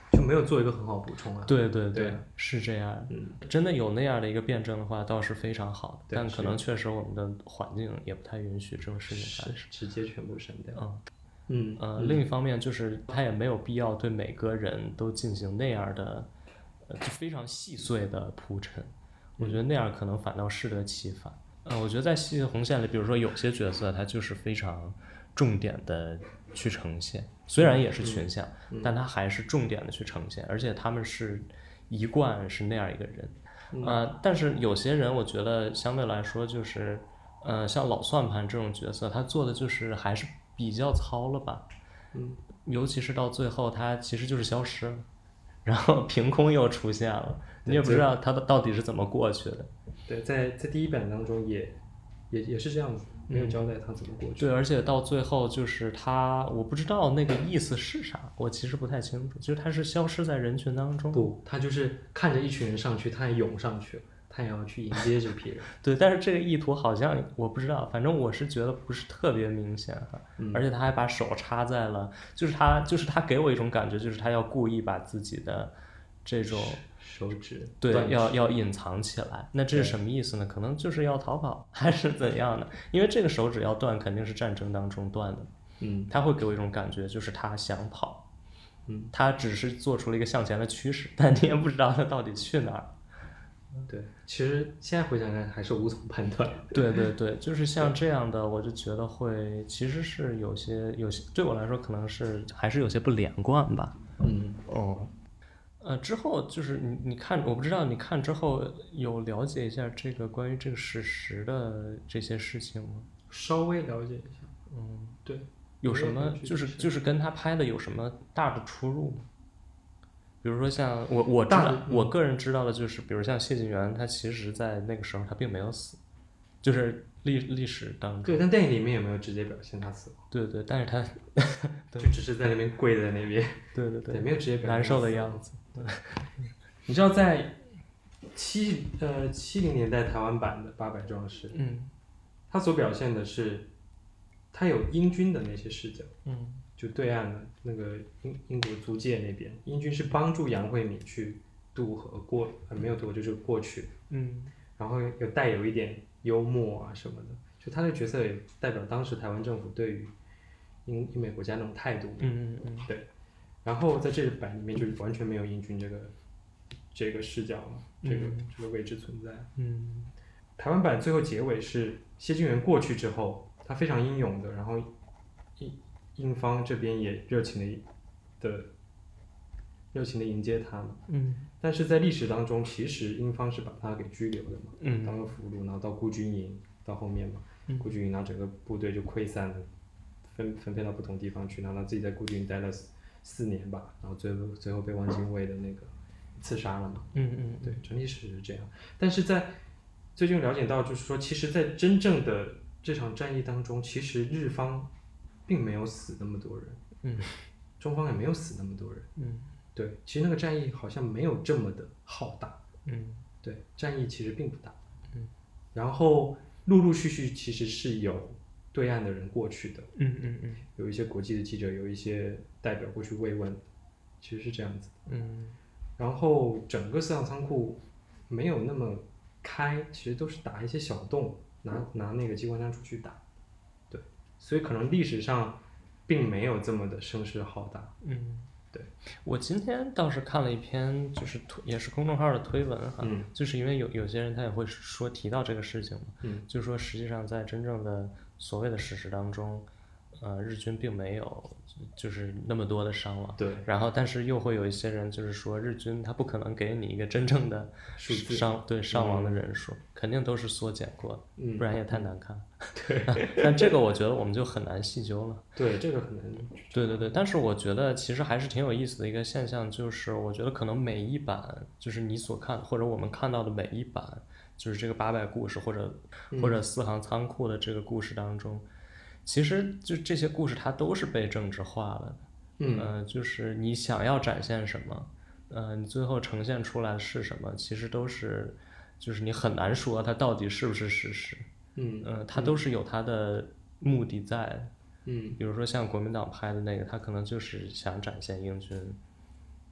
就没有做一个很好补充啊。 对对对， 是这样。 嗯， 真的有那样的一个辩证的话，倒是非常好的。但可能确实我们的环境也不太允许这种事情发生， 直接全部删掉。 嗯嗯呃，另一方面就是他也没有必要对每个人都进行那样的，呃，非常细碎的铺陈。我觉得那样可能反倒适得其反。呃，我觉得在细红线里，比如说有些角色，他就是非常重点的去呈现，虽然也是群像， 嗯嗯、 但他还是重点的去呈现，而且他们是一贯是那样一个人。呃，但是有些人，我觉得相对来说就是，呃，像老算盘这种角色，他做的就是还是比较糙了吧。 嗯， 尤其是到最后，他其实就是消失了。然后凭空又出现了，你也不知道他到底是怎么过去的。 对，在在第一版当中也也也是这样子，没有交代他怎么过去。 对，而且到最后就是他，我不知道那个意思是啥，我其实不太清楚。就是他是消失在人群当中， 不，他就是看着一群人上去，他也涌上去了，他也要去迎接这批人。 对，但是这个意图好像我不知道，反正我是觉得不是特别明显哈。 嗯、 而且他还把手插在了，就是他就是他给我一种感觉，就是他要故意把自己的这种手指对要要隐藏起来。那这是什么意思呢？可能就是要逃跑还是怎样的？因为这个手指要断，肯定是战争当中断的。 嗯， 他会给我一种感觉，就是他想跑， 嗯， 他只是做出了一个向前的趋势，但你也不知道他到底去哪儿。 对，其实现在回想来还是无从判断。 对对对，就是像这样的，我就觉得会其实是有些有些对我来说可能是还是有些不连贯吧。 嗯哦，呃，之后就是你你看，我不知道你看之后有了解一下这个关于这个史实的这些事情吗？ 稍微了解一下。 嗯， 对， 有什么就是就是跟他拍的有什么大的出入吗？比如说像我我知道我个人知道的就是，比如像谢晋元，他其实在那个时候他并没有死，就是历历史当中。 对，但电影里面也没有直接表现他死亡。 对对，但是他就只是在那边跪在那边。 对对对， 对，没有直接表现难受的样子。 你知道在七呃七零年代台湾版的《八百壮士》， 嗯， 他所表现的是他有英军的那些视角， 嗯。 就对岸的那个英英国租界那边，英军是帮助杨惠敏去渡河过，呃没有渡河就是过去， 嗯， 然后有带有一点幽默啊什么的，就他的角色也代表当时台湾政府对于英英美国家那种态度， 嗯嗯嗯， 对，然后在这个版里面就完全没有英军这个这个视角了，这个、嗯、这个位置存在， 嗯， 台湾版最后结尾是谢晋元过去之后，他非常英勇的，然后一。英方这边也热情的的热情的迎接他嘛， 嗯， 但是在历史当中，其实英方是把他给拘留的嘛， 嗯， 当了俘虏，然后到孤军营，到后面嘛，嗯、孤军营，然后整个部队就溃散了，分分配到不同地方去，然后他自己在孤军营待了四四年吧，然后最后最后被汪精卫的那个刺杀了嘛， 嗯嗯， 对，整体史是这样，但是在最近了解到，就是说，其实，在真正的这场战役当中，其实日方并没有死那么多人， 嗯， 中方也没有死那么多人， 嗯， 对，其实那个战役好像没有这么的浩大， 嗯， 对，战役其实并不大， 嗯， 然后陆陆续续其实是有对岸的人过去的， 嗯嗯嗯， 有一些国际的记者，有一些代表过去慰问，其实是这样子， 嗯， 然后整个饲养仓库没有那么开，其实都是打一些小洞，拿拿那个机关枪出去打。所以可能历史上并没有这么的声势浩大。 嗯， 对。 我今天倒是看了一篇，就是也是公众号的推文哈， 嗯、 就是因为有有些人他也会说提到这个事情嘛， 嗯， 就说实际上在真正的所谓的史实当中，呃，日军并没有就是那么多的伤亡， 对。 然后但是又会有一些人就是说日军他不可能给你一个真正的伤对伤亡的人数，嗯、肯定都是缩减过的， 嗯、 不然也太难看。 对。 但这个我觉得我们就很难细究了。 对，这个很难。 对对对，但是我觉得其实还是挺有意思的一个现象，就是我觉得可能每一版，就是你所看或者我们看到的每一版，就是这个八百故事或者、嗯、或者四行仓库的这个故事当中，其实就这些故事它都是被政治化了的。 嗯、 呃，就是你想要展现什么，呃，你最后呈现出来的是什么，其实都是，就是你很难说它到底是不是事实。 嗯， 呃，它都是有它的目的在的。 嗯， 比如说像国民党拍的那个，他可能就是想展现英军，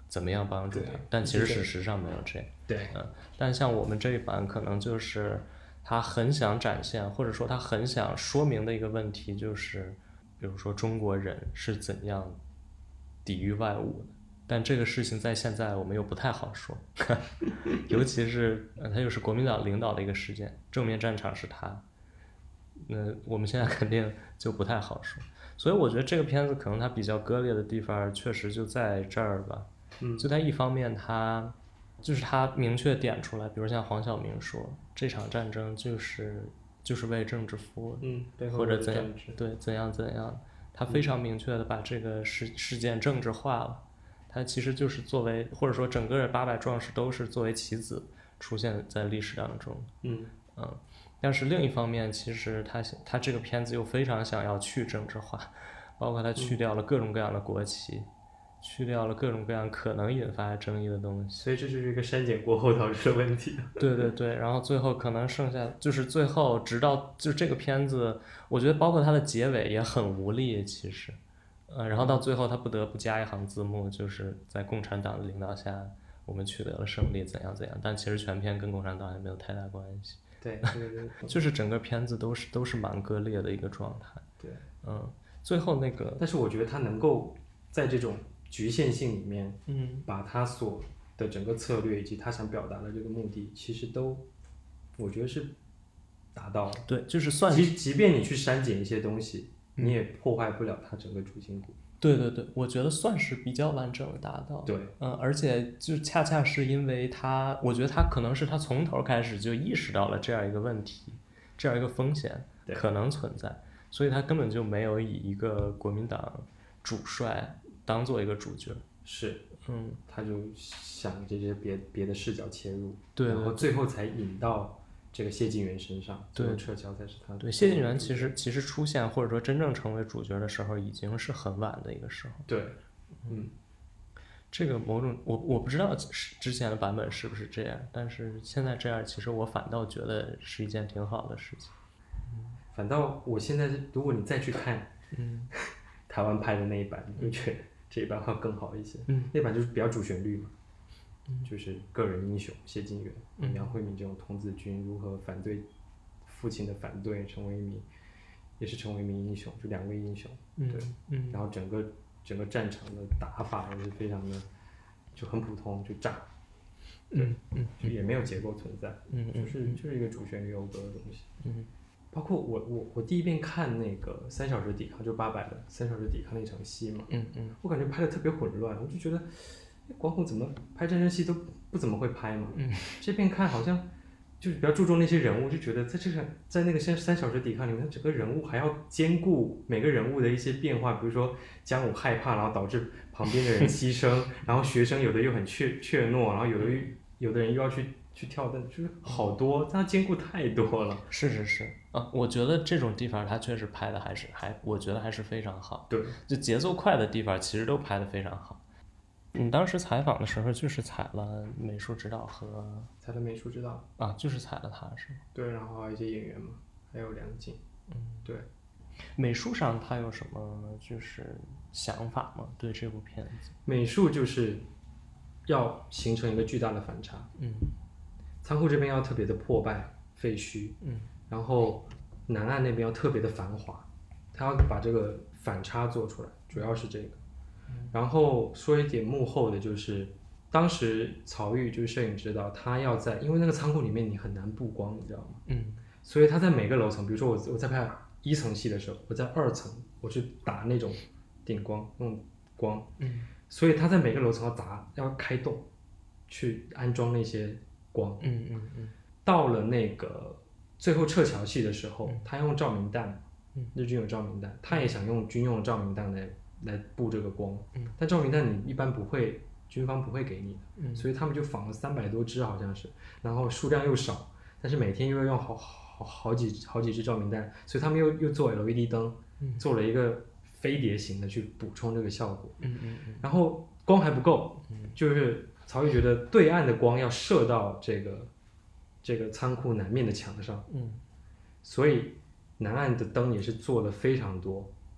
怎么样帮助他，但其实事实上没有这样。 对， 嗯，但像我们这一版可能就是他很想展现，或者说他很想说明的一个问题，就是比如说中国人是怎样抵御外侮的，但这个事情在现在我们又不太好说，尤其是他又是国民党领导的一个事件，正面战场是他，那我们现在肯定就不太好说。所以我觉得这个片子可能它比较割裂的地方确实就在这儿吧。 嗯， 就它一方面它就是他明确点出来，比如像黄晓明说这场战争就是就是为政治服务， 嗯， 或者怎样，对，怎样怎样，他非常明确的把这个事事件政治化了，他其实就是作为，或者说整个八百壮士都是作为棋子出现在历史当中。 嗯嗯，但是另一方面，其实他他这个片子又非常想要去政治化，包括他去掉了各种各样的国旗。嗯，去掉了各种各样可能引发争议的东西， 所以这就是一个删减过后导致的问题。 对对对，然后最后可能剩下就是最后直到就这个片子，我觉得包括它的结尾也很无力，其实，呃，然后到最后他不得不加一行字幕，就是在共产党的领导下，我们取得了胜利，怎样怎样，但其实全片跟共产党也没有太大关系。 对，对对， 就是整个片子都是都是蛮割裂的一个状态。 对， 嗯，最后那个， 但是我觉得他能够在这种局限性里面， 嗯， 把他所的整个策略以及他想表达的这个目的，其实都，我觉得是达到了。 对，就是算即即便你去删减一些东西，嗯，你也破坏不了它整个主心骨。 对对对，我觉得算是比较完整的达到。 对， 嗯，而且就恰恰是因为他，我觉得他可能是他从头开始就意识到了这样一个问题，这样一个风险可能存在，所以他根本就没有以一个国民党主帅当做一个主角。 是， 嗯， 他就想这些别别的视角切入， 对， 然后最后才引到这个谢晋元身上， 对， 撤侨才是他。 对，谢晋元其实其实出现或者说真正成为主角的时候，已经是很晚的一个时候。 对，嗯， 这个某种我我不知道之前的版本是不是这样，但是现在这样，其实我反倒觉得是一件挺好的事情。 嗯，反倒我现在如果你再去看， 嗯， 台湾拍的那一版，你会觉得这一版会更好一些。 嗯， 那版就是比较主旋律嘛。 嗯， 就是个人英雄谢晋元、 嗯、 杨惠敏这种童子军如何反对父亲的反对，成为一名也是成为一名英雄，就两位英雄， 嗯、 对， 嗯， 然后整个整个战场的打法也是非常的就很普通，就炸， 嗯嗯， 就也没有结构存在， 嗯嗯， 就是就是一个主旋律讴歌的东西， 嗯， 包括我我我第一遍看那个三小时抵抗，就八百的三小时抵抗那场戏嘛， 嗯嗯， 我感觉拍的特别混乱，我就觉得。广弘怎么拍战争戏都不怎么会拍嘛？ 嗯， 这边看好像就是比较注重那些人物，就觉得在这个在那个三三小时抵抗里面，整个人物还要兼顾每个人物的一些变化，比如说姜武害怕，然后导致旁边的人牺牲，然后学生有的又很怯怯懦，然后有的有的人又要去去跳灯，就是好多，他兼顾太多了。 是是是啊，我觉得这种地方他确实拍的还是还，我觉得还是非常好。 对， 就节奏快的地方其实都拍的非常好。你当时采访的时候就是采了美术指导和采了美术指导啊，就是采了他是吗？ 对，然后还有一些演员嘛，还有梁静， 嗯， 对。 美术上他有什么就是想法吗？对这部片子？ 美术就是要形成一个巨大的反差， 嗯， 仓库这边要特别的破败废墟， 嗯， 然后南岸那边要特别的繁华，他要把这个反差做出来，主要是这个。然后说一点幕后的，就是当时曹郁就是摄影指导，他要在，因为那个仓库里面你很难布光，你知道吗？ 嗯， 所以他在每个楼层，比如说我我在拍一层戏的时候，我在二层我去打那种顶光那种光， 嗯， 所以他在每个楼层要砸要开洞，去安装那些光， 嗯嗯嗯。 到了那个最后撤侨戏的时候，嗯、他用照明弹， 嗯， 日军有照明弹，他也想用军用的照明弹来。来布这个光， 嗯，但照明弹你一般不会，军方不会给你的， 嗯， 所以他们就仿了三百多支好像是，然后数量又少，但是每天又要用好好好几好几支照明弹，所以他们又又做 L E D 灯， 嗯， 做了一个飞碟型的去补充这个效果， 嗯嗯嗯， 然后光还不够， 嗯， 就是曹郁觉得对岸的光要射到这个这个仓库南面的墙上， 嗯， 所以南岸的灯也是做了非常多。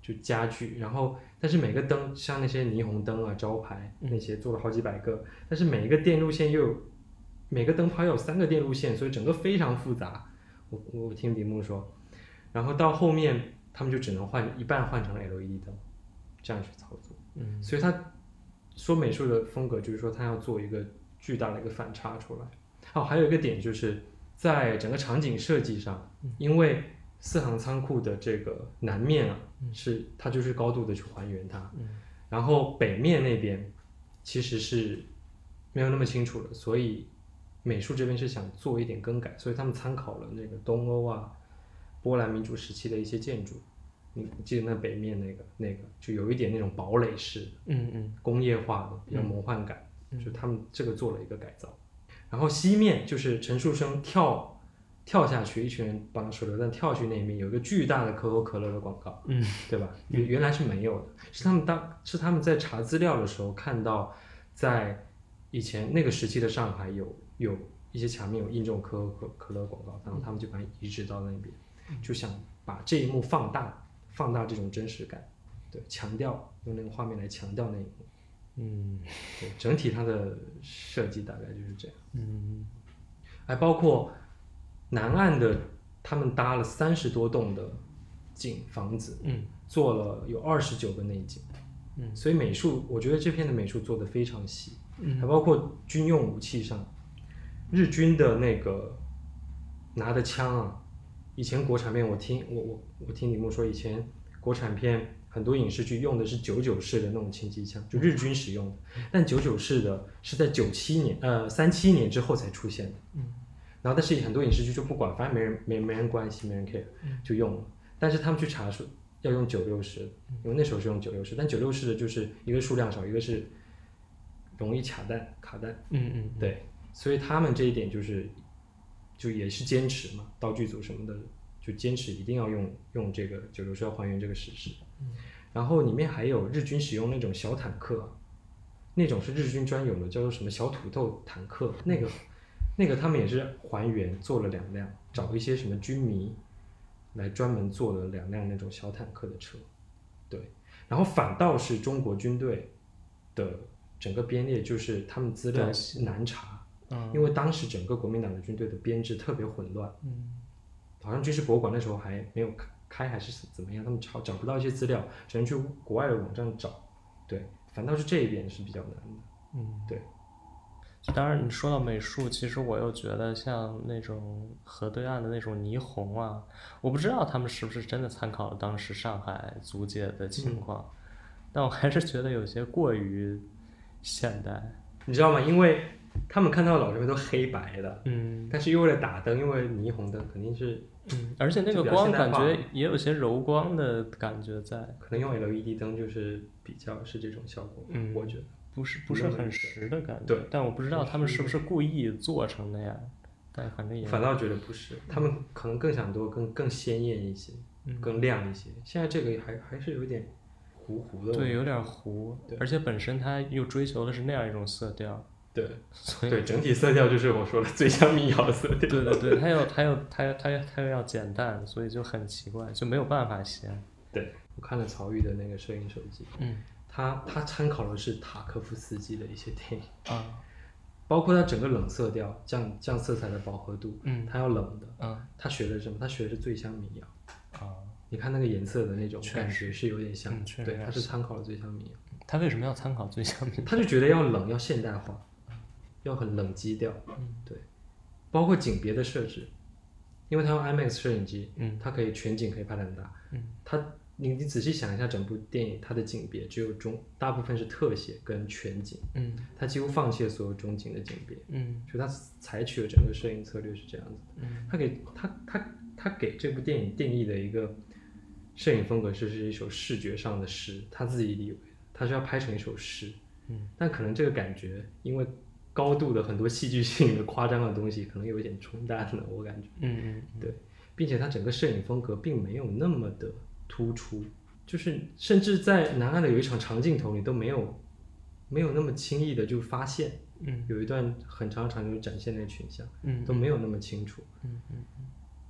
就家具，然后但是每个灯像那些霓虹灯啊、招牌那些做了好几百个，但是每一个电路线又有每个灯泡又有三个电路线，所以整个非常复杂。我我听李牧说，然后到后面他们就只能换一半换成了 L E D 灯，这样去操作。嗯，所以他说美术的风格就是说他要做一个巨大的一个反差出来。哦，还有一个点就是在整个场景设计上，因为四行仓库的这个南面啊，是它就是高度的去还原它，然后北面那边其实是没有那么清楚的，所以美术这边是想做一点更改，所以他们参考了那个东欧啊、波兰民主时期的一些建筑。你记得那北面那个那个就有一点那种堡垒式的，嗯嗯，工业化的比较魔幻感，嗯、就他们这个做了一个改造。然后西面就是陈树生跳跳下去，一群人帮他手榴弹跳去那一面，有一个巨大的可口可乐的广告，嗯，对吧？原原来是没有的，是他们当是他们在查资料的时候看到，在以前那个时期的上海有有一些墙面有印这种可口可可乐广告，然后他们就把它移植到那边，就想把这一幕放大。放大这种真实感，对，强调用那个画面来强调那一幕，嗯，对，整体它的设计大概就是这样，嗯，还包括南岸的，他们搭了三十多栋的景房子，嗯，做了有二十九个内景，嗯，所以美术，我觉得这片的美术做得非常细，嗯，还包括军用武器上，日军的那个拿的枪啊。以前国产片我听我我我听李牧说，以前国产片很多影视剧用的是九九式的那种轻机枪，就日军使用的，但九九式的是在九七年呃三七年之后才出现的，嗯，然后但是很多影视剧就不管，反正没人没没人关心，没人 care 就用了，但是他们去查说要用九六式，因为那时候是用九六式，但九六式的就是一个数量少，一个是容易卡弹卡弹，嗯嗯，对，所以他们这一点就是。就也是坚持嘛，道具组什么的就坚持一定要用用这个九六式要还原这个史实。嗯、然后里面还有日军使用那种小坦克，那种是日军专有的，叫做什么小土豆坦克，那个那个他们也是还原做了两辆，找一些什么军迷来专门做了两辆那种小坦克的车。对，然后反倒是中国军队的整个编列就是他们资料难查。因为当时整个国民党的军队的编制特别混乱，嗯，好像军事博物馆那时候还没有开还是怎么样，他们找找不到一些资料，只能去国外的网站找，对，反倒是这一点是比较难的，嗯，对。 当然你说到美术，其实我又觉得像那种河对岸的那种霓虹啊，我不知道他们是不是真的参考了当时上海租界的情况，嗯、但我还是觉得有些过于现代， 你知道吗？因为他们看到的老照片都黑白的，嗯，但是又为了打灯，因为霓虹灯肯定是， 嗯，而且那个光感觉也有些柔光的感觉在， 可能用 L E D 灯就是比较是这种效果，嗯，我觉得不是不是很实的感觉，对，但我不知道他们是不是故意做成那样，但反正也反倒觉得不是，他们可能更想多更更鲜艳一些，嗯，更亮一些，现在这个还还是有点糊糊的， 对，有点糊，而且本身它又追求的是那样一种色调。 对，对，整体色调就是我说的最像民谣色调。 对对对，它又它又它又它又它又要简淡，所以就很奇怪，就没有办法鲜。 对，我看了曹禺的那个摄影手机，嗯，他他参考的是塔可夫斯基的一些电影啊，包括他整个冷色调、降降色彩的饱和度，嗯，他要冷的，嗯，他学的是什么？他学的是醉乡民谣啊。你看那个颜色的那种感觉是有点像，嗯、对，他是参考了醉乡民谣。 他为什么要参考醉乡民谣？ 他就觉得要冷，要现代化。要很冷基调，嗯，对，包括景别的设置，因为它用 IMAX 摄影机，嗯，它可以全景可以拍得很大，嗯，它你你仔细想一下，整部电影它的景别只有中大部分是特写跟全景，嗯，它几乎放弃了所有中景的景别，嗯，所以它采取的整个摄影策略是这样子的，嗯，它给它它它给这部电影定义的一个摄影风格是是一首视觉上的诗，他自己以为他是要拍成一首诗，嗯，但可能这个感觉因为高度的很多戏剧性的夸张的东西可能有一点冲淡了，我感觉，嗯嗯，对，并且它整个摄影风格并没有那么的突出，就是甚至在南岸的有一场长镜头你都没有没有那么轻易的就发现，嗯，有一段很长长就展现那群像，嗯，都没有那么清楚，嗯嗯嗯，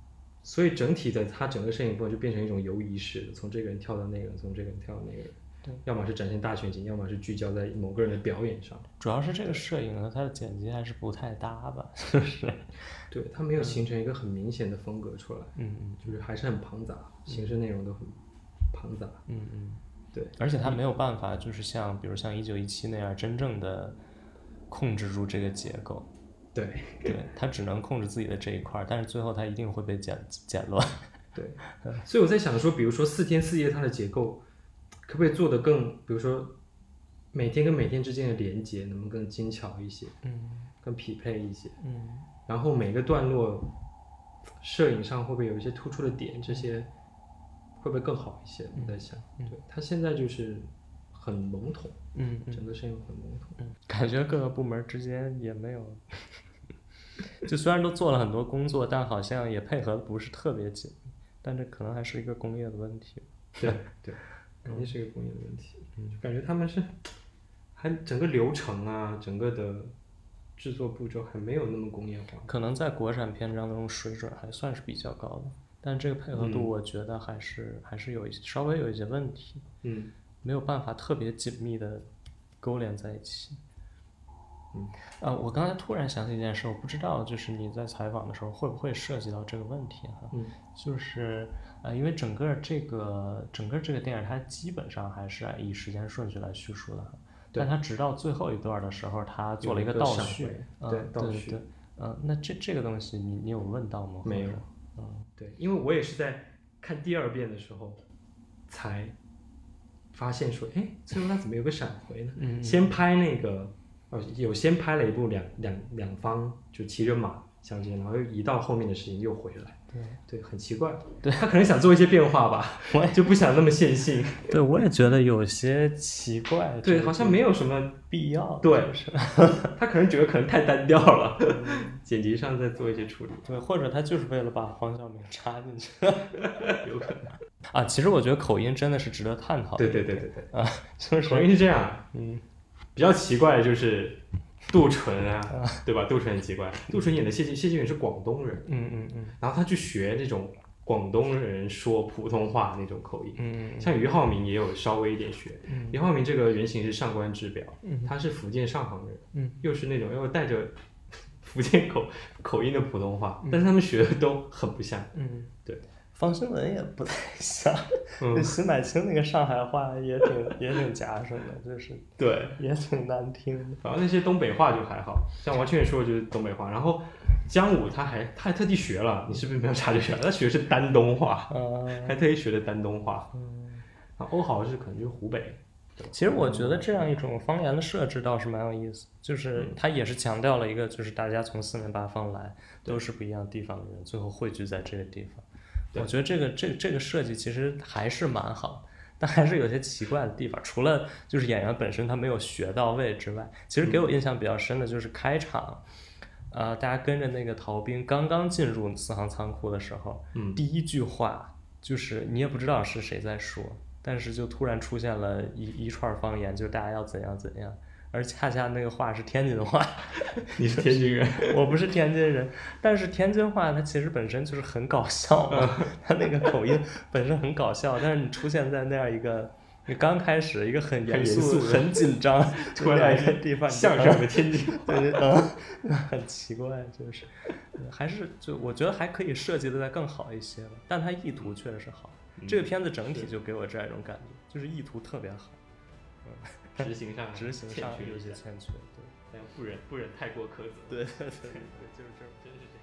所以整体的它整个摄影部分就变成一种游移式的，从这个人跳到那个人，从这个人跳到那个人。 对， 要么是展现大全景，要么是聚焦在某个人的表演上。 主要是这个摄影和它的剪辑还是不太搭吧，就是。 对，它没有形成一个很明显的风格出来。 嗯嗯， 就是还是很庞杂，形式内容都很庞杂。 嗯嗯， 对， 而且它没有办法，就是像比如像一九一七那样真正的控制住这个结构。 对， 对，它只能控制自己的这一块，但是最后它一定会被剪剪乱。 对，所以我在想说，比如说四天四夜它的结构。可不可以做得更，比如说每天跟每天之间的连接能不能更精巧一些， 嗯， 更匹配一些， 嗯， 然后每个段落摄影上会不会有一些突出的点，这些会不会更好一些？我在想， 嗯、 对，它现在就是很笼统， 嗯， 整个摄影很笼统， 嗯，感觉各个部门之间也没有，就虽然都做了很多工作，但好像也配合的不是特别紧密，但这可能还是一个工业的问题。 对对。肯定是一个工业的问题，嗯，就感觉他们是还整个流程啊，整个的制作步骤还没有那么工业化。 可能在国产片当中水准还算是比较高的，但这个配合度我觉得还是、嗯、还是有一些稍微有一些问题， 嗯， 没有办法特别紧密的勾连在一起。 嗯， 啊，我刚才突然想起一件事，我不知道就是你在采访的时候会不会涉及到这个问题哈？ 嗯， 就是呃，因为整个这个整个这个电影它基本上还是以时间顺序来叙述的，但它直到最后一段的时候，它做了一个倒叙， 对，倒叙， 对，嗯、呃，那这这个东西你你有问到吗？ 没有，嗯，对，因为我也是在看第二遍的时候才发现说，哎，最后它怎么有个闪回呢？ 嗯， 先拍那个。哦，有先拍了一部两两两方就骑着马相接，然后又移到后面的事情又回来， 对对，很奇怪， 对他可能想做一些变化吧，我也就不想那么线性， 对，我也觉得有些奇怪， 对，好像没有什么必要， 对，他可能觉得可能太单调了，剪辑上再做一些处理， 对，或者他就是为了把黄晓明插进去， 有可能啊，其实我觉得口音真的是值得探讨， 对对对对对， 啊，就是口音是这样， 嗯。 比较奇怪的就是杜淳啊，对吧？杜淳很奇怪，杜淳演的谢谢谢晋元是广东人， 嗯嗯嗯， 然后他去学这种广东人说普通话那种口音， 嗯嗯， 像俞灏明也有稍微一点学， 嗯， 俞灏明这个原型是上官志表， 嗯， 他是福建上杭人， 嗯， 又是那种又带着福建口口音的普通话，但是他们学的都很不像， 嗯， 对。 方兴文也不太像，嗯，邢乃清那个上海话也挺也挺夹生的，就是对， 也挺难听的。 反正那些东北话就还好，像王千源说的就是东北话，然后姜武他还他还特地学了，你是不是没有察觉出来？他学的是丹东话， 嗯， 还特意学的丹东话。 嗯， 然后欧豪是可能就是湖北。 其实我觉得这样一种方言的设置倒是蛮有意思，就是它也是强调了一个，就是大家从四面八方来，都是不一样地方的人，最后汇聚在这个地方。我觉得这个这这个设计其实还是蛮好，但还是有些奇怪的地方。除了就是演员本身他没有学到位之外，其实给我印象比较深的就是开场，呃，大家跟着那个逃兵刚刚进入四行仓库的时候， 嗯， 第一句话就是你也不知道是谁在说，但是就突然出现了一一串方言，就是大家要怎样怎样。而恰恰那个话是天津话， 你是天津人， 我不是天津人，但是天津话它其实本身就是很搞笑嘛，它那个口音本身很搞笑，但是你出现在那样一个，你刚开始一个很严肃、很紧张， 突然一个地方， 相声的天津话， 对对，嗯，很奇怪，就是，还是就我觉得还可以设计的再更好一些了，但它意图确实是好，这个片子整体就给我这样一种感觉，就是意图特别好。 执行上执行上有些欠缺，对， 但不忍不忍太过苛责， 对对对对，就是这， 真是这样。